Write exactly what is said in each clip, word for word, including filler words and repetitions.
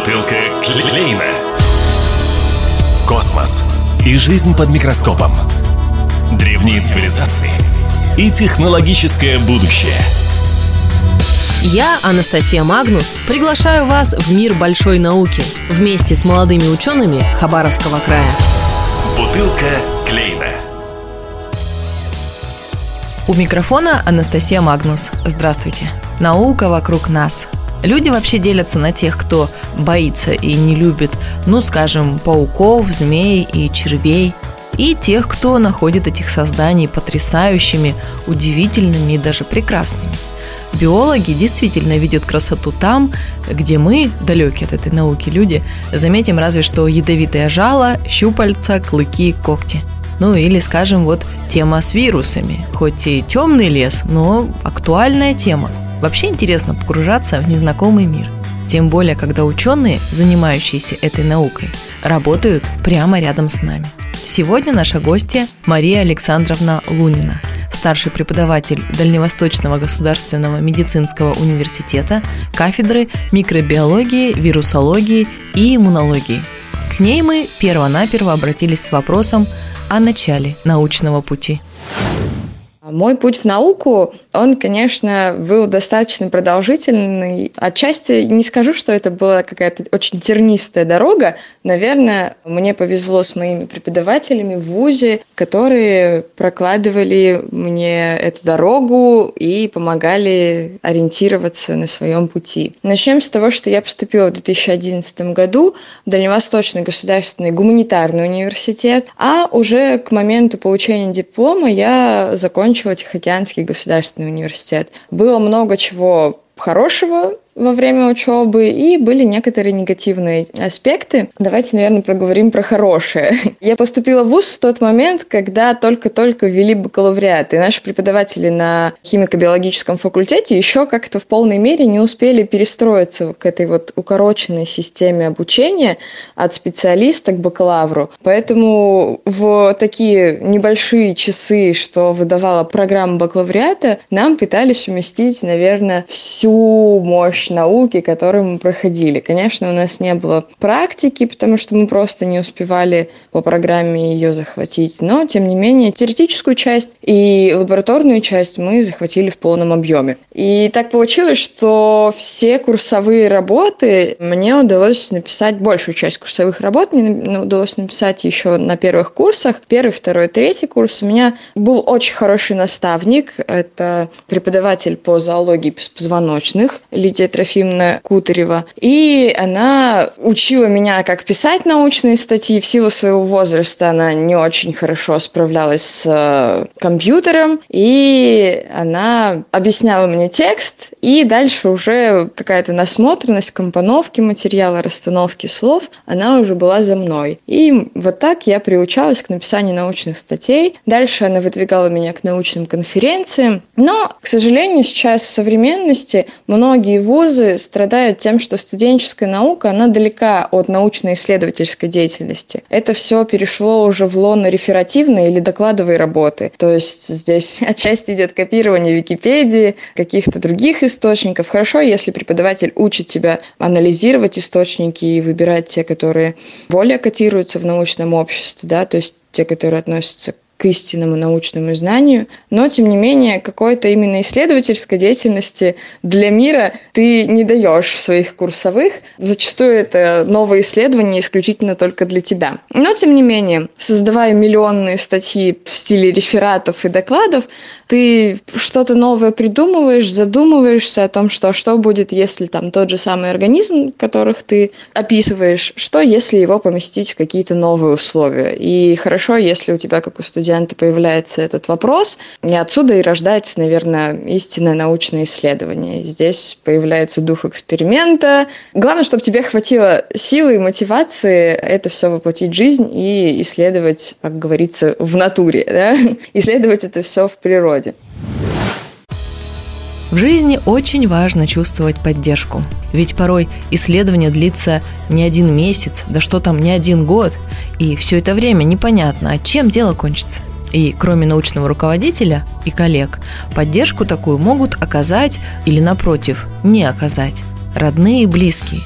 Бутылка Клейна. Космос и жизнь под микроскопом. Древние цивилизации и технологическое будущее. Я, Анастасия Магнус, приглашаю вас в мир большой науки вместе с молодыми учеными Хабаровского края. Бутылка Клейна. У микрофона Анастасия Магнус. Здравствуйте. Наука вокруг нас. Люди вообще делятся на тех, кто боится и не любит, ну, скажем, пауков, змей и червей, и тех, кто находит этих созданий потрясающими, удивительными и даже прекрасными. Биологи действительно видят красоту там, где мы, далекие от этой науки люди, заметим разве что ядовитое жало, щупальца, клыки, когти. Ну или, скажем, вот тема с вирусами. Хоть и темный лес, но актуальная тема. Вообще интересно погружаться в незнакомый мир. Тем более, когда ученые, занимающиеся этой наукой, работают прямо рядом с нами. Сегодня наша гостья Мария Александровна Лунина, старший преподаватель Дальневосточного государственного медицинского университета, кафедры микробиологии, вирусологии и иммунологии. К ней мы перво-наперво обратились с вопросом о начале научного пути. Мой путь в науку, он, конечно, был достаточно продолжительный. Отчасти не скажу, что это была какая-то очень тернистая дорога. Наверное, мне повезло с моими преподавателями в вузе, которые прокладывали мне эту дорогу и помогали ориентироваться на своем пути. Начнем с того, что я поступила в две тысячи одиннадцатом году в Дальневосточный государственный гуманитарный университет, а уже к моменту получения диплома я закончила Тихоокеанский государственный университет. Было много чего хорошего во время учебы и были некоторые негативные аспекты. Давайте, наверное, проговорим про хорошее. Я поступила в вуз в тот момент, когда только-только ввели бакалавриат, и наши преподаватели на химико-биологическом факультете еще как-то в полной мере не успели перестроиться к этой вот укороченной системе обучения от специалиста к бакалавру. Поэтому в такие небольшие часы, что выдавала программа бакалавриата, нам пытались уместить, наверное, всю мощь науки, которую мы проходили. Конечно, у нас не было практики, потому что мы просто не успевали по программе ее захватить, но, тем не менее, теоретическую часть и лабораторную часть мы захватили в полном объеме. И так получилось, что все курсовые работы мне удалось написать, большую часть курсовых работ мне удалось написать еще на первых курсах. Первый, второй, третий курс. У меня был очень хороший наставник, это преподаватель по зоологии беспозвоночных Лидия Трофимовна Кутарева. И она учила меня, как писать научные статьи. В силу своего возраста она не очень хорошо справлялась с компьютером. И она объясняла мне текст. И дальше уже какая-то насмотренность, компоновки материала, расстановки слов, она уже была за мной. И вот так я приучалась к написанию научных статей. Дальше она выдвигала меня к научным конференциям. Но, к сожалению, сейчас в современности многие вузы страдают тем, что студенческая наука, она далека от научно-исследовательской деятельности. Это все перешло уже в лоно реферативной или докладовой работы. То есть здесь отчасти идет копирование Википедии, каких-то других источников. Хорошо, если преподаватель учит тебя анализировать источники и выбирать те, которые более котируются в научном обществе, да, то есть те, которые относятся к истинному научному знанию, но, тем не менее, какой-то именно исследовательской деятельности для мира ты не даешь в своих курсовых. Зачастую это новые исследования исключительно только для тебя. Но, тем не менее, создавая миллионные статьи в стиле рефератов и докладов, ты что-то новое придумываешь, задумываешься о том, что, что будет, если там тот же самый организм, которых ты описываешь, что если его поместить в какие-то новые условия. И хорошо, если у тебя, как у студента, появляется этот вопрос, и отсюда и рождается, наверное, истинное научное исследование. Здесь появляется дух эксперимента. Главное, чтобы тебе хватило силы и мотивации это все воплотить в жизнь и исследовать, как говорится, в натуре, да? Исследовать это все в природе. В жизни очень важно чувствовать поддержку, ведь порой исследование длится не один месяц, да что там, не один год, и все это время непонятно, а чем дело кончится. И кроме научного руководителя и коллег, поддержку такую могут оказать или, напротив, не оказать родные и близкие.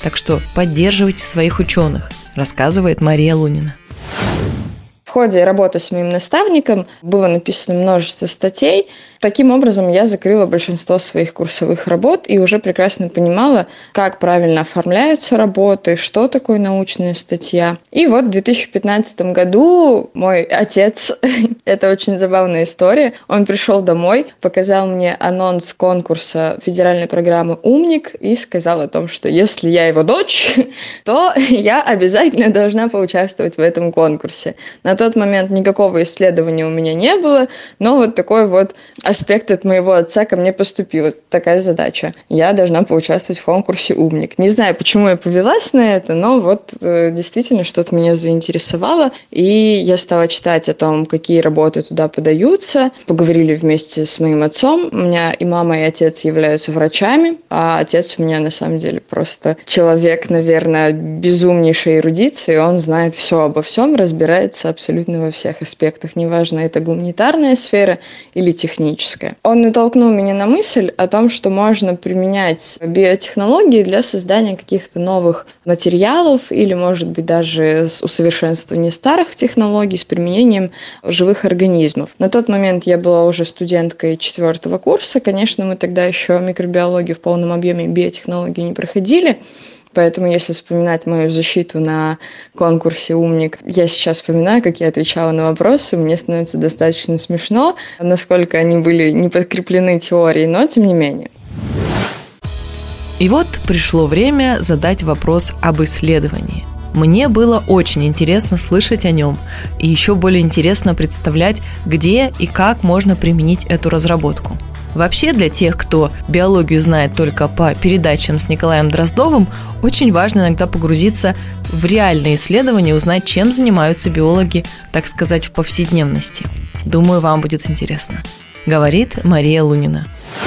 Так что поддерживайте своих ученых, рассказывает Мария Лунина. В ходе работы с моим наставником было написано множество статей. Таким образом, я закрыла большинство своих курсовых работ и уже прекрасно понимала, как правильно оформляются работы, что такое научная статья. И вот в две тысячи пятнадцатом году мой отец, это очень забавная история, он пришел домой, показал мне анонс конкурса федеральной программы «Умник» и сказал о том, что если я его дочь, то я обязательно должна поучаствовать в этом конкурсе. На тот момент никакого исследования у меня не было, но вот такой вот аспект от моего отца ко мне поступил. Такая задача. Я должна поучаствовать в конкурсе «Умник». Не знаю, почему я повелась на это, но вот э, действительно что-то меня заинтересовало, и я стала читать о том, какие работы туда подаются. Поговорили вместе с моим отцом. У меня и мама, и отец являются врачами, а отец у меня на самом деле просто человек, наверное, безумнейшей эрудиции. Он знает все обо всем, разбирается абсолютно во всех аспектах. Неважно, это гуманитарная сфера или техническая. Он натолкнул меня на мысль о том, что можно применять биотехнологии для создания каких-то новых материалов или, может быть, даже усовершенствования старых технологий с применением живых организмов. На тот момент я была уже студенткой четвертого курса. Конечно, мы тогда еще микробиологию в полном объеме, биотехнологии не проходили. Поэтому, если вспоминать мою защиту на конкурсе «Умник», я сейчас вспоминаю, как я отвечала на вопросы, мне становится достаточно смешно, насколько они были не подкреплены теорией, но тем не менее. И вот пришло время задать вопрос об исследовании. Мне было очень интересно слышать о нем, и еще более интересно представлять, где и как можно применить эту разработку. Вообще, для тех, кто биологию знает только по передачам с Николаем Дроздовым, очень важно иногда погрузиться в реальные исследования, узнать, чем занимаются биологи, так сказать, в повседневности. Думаю, вам будет интересно. Говорит Мария Лунина.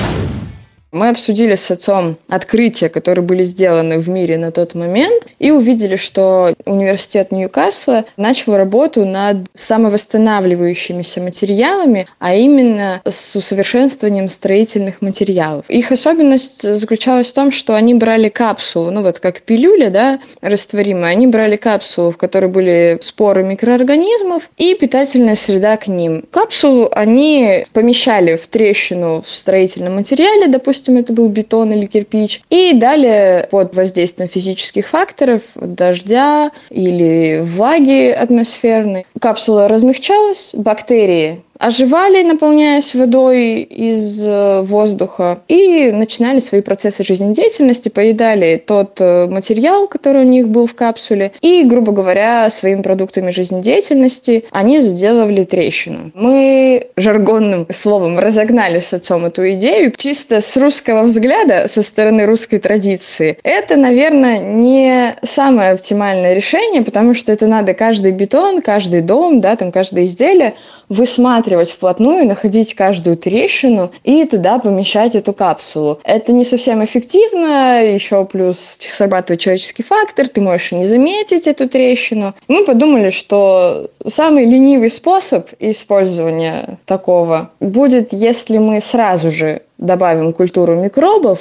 Мы обсудили с отцом открытия, которые были сделаны в мире на тот момент, и увидели, что университет Ньюкасла начал работу над самовосстанавливающимися материалами, а именно с усовершенствованием строительных материалов. Их особенность заключалась в том, что они брали капсулу, ну вот как пилюля, да, растворимая, они брали капсулу, в которой были споры микроорганизмов и питательная среда к ним. Капсулу они помещали в трещину в строительном материале, допустим, это был бетон или кирпич. И далее под воздействием физических факторов, дождя или влаги атмосферной, капсула размягчалась, бактерии оживали, наполняясь водой из воздуха, и начинали свои процессы жизнедеятельности, поедали тот материал, который у них был в капсуле, и, грубо говоря, своими продуктами жизнедеятельности они заделывали трещину. Мы жаргонным словом разогнали с отцом эту идею. Чисто с русского взгляда, со стороны русской традиции, это, наверное, не самое оптимальное решение, потому что это надо каждый бетон, каждый дом, да, там каждое изделие высматривать вплотную, находить каждую трещину и туда помещать эту капсулу. Это не совсем эффективно, еще плюс срабатывает человеческий фактор, ты можешь не заметить эту трещину. Мы подумали, что самый ленивый способ использования такого будет, если мы сразу же добавим культуру микробов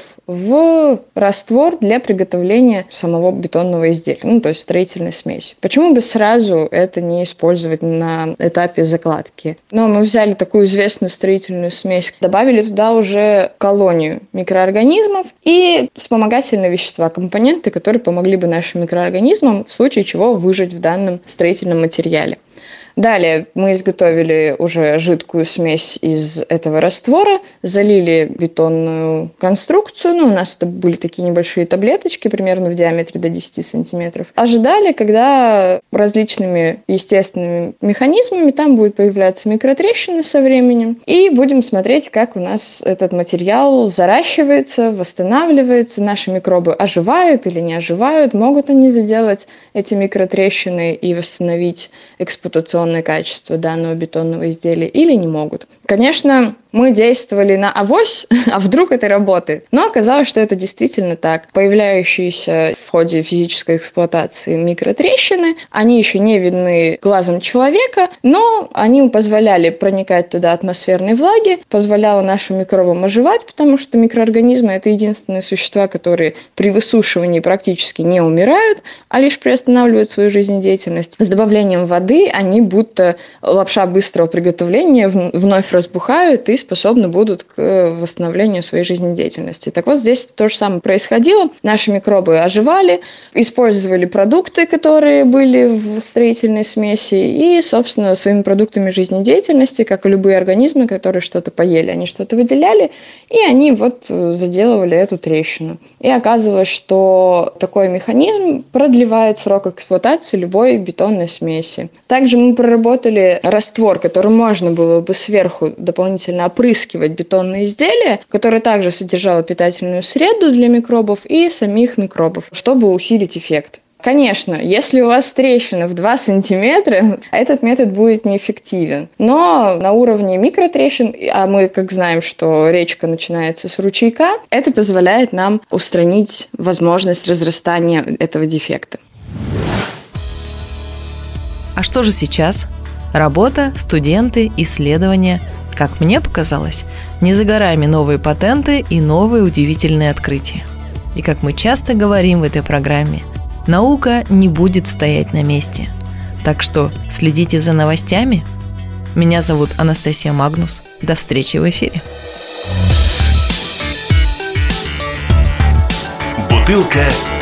в раствор для приготовления самого бетонного изделия, ну, то есть строительной смеси. Почему бы сразу это не использовать на этапе закладки? Но мы взяли такую известную строительную смесь, добавили туда уже колонию микроорганизмов и вспомогательные вещества, компоненты, которые помогли бы нашим микроорганизмам в случае чего выжить в данном строительном материале. Далее мы изготовили уже жидкую смесь из этого раствора, залили бетонную конструкцию, ну, у нас это были такие небольшие таблеточки, примерно в диаметре до десяти сантиметров. Ожидали, когда различными естественными механизмами там будут появляться микротрещины со временем, и будем смотреть, как у нас этот материал заращивается, восстанавливается, наши микробы оживают или не оживают, могут они заделать эти микротрещины и восстановить эксплуатационное качество данного бетонного изделия или не могут. Конечно, мы действовали на авось, а вдруг это работает. Но оказалось, что это действительно так. Появляющиеся в ходе физической эксплуатации микротрещины, они еще не видны глазом человека, но они позволяли проникать туда атмосферной влаги, позволяло нашим микробам оживать, потому что микроорганизмы – это единственные существа, которые при высушивании практически не умирают, а лишь приостанавливают свою жизнедеятельность. С добавлением воды они, будто лапша быстрого приготовления, вновь разбухают и способны будут к восстановлению своей жизнедеятельности. Так вот, здесь то же самое происходило. Наши микробы оживали, использовали продукты, которые были в строительной смеси, и, собственно, своими продуктами жизнедеятельности, как и любые организмы, которые что-то поели, они что-то выделяли, и они вот заделывали эту трещину. И оказывалось, что такой механизм продлевает срок эксплуатации любой бетонной смеси. Также мы проработали раствор, который можно было бы сверху дополнительно опрыскивать бетонные изделия, которое также содержало питательную среду для микробов и самих микробов, чтобы усилить эффект. Конечно, если у вас трещина в два сантиметра, этот метод будет неэффективен. Но на уровне микротрещин, а мы как знаем, что речка начинается с ручейка, это позволяет нам устранить возможность разрастания этого дефекта. А что же сейчас? Работа, студенты, исследования. Как мне показалось, не за горами новые патенты и новые удивительные открытия. И как мы часто говорим в этой программе, наука не будет стоять на месте. Так что следите за новостями. Меня зовут Анастасия Магнус. До встречи в эфире. Бутылка